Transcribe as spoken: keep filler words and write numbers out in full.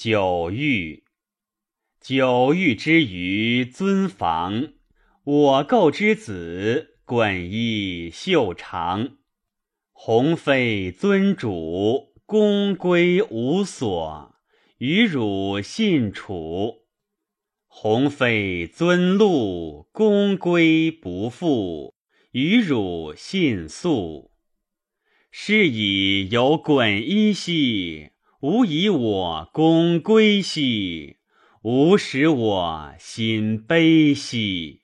九玉，九玉之于尊房，我构之子，滚衣袖长。鸿妃尊主，宫规无所，与汝信处。鸿妃尊禄，宫规不复，与汝信素。是以有滚衣兮，无以我宫规兮，吾使我心悲兮。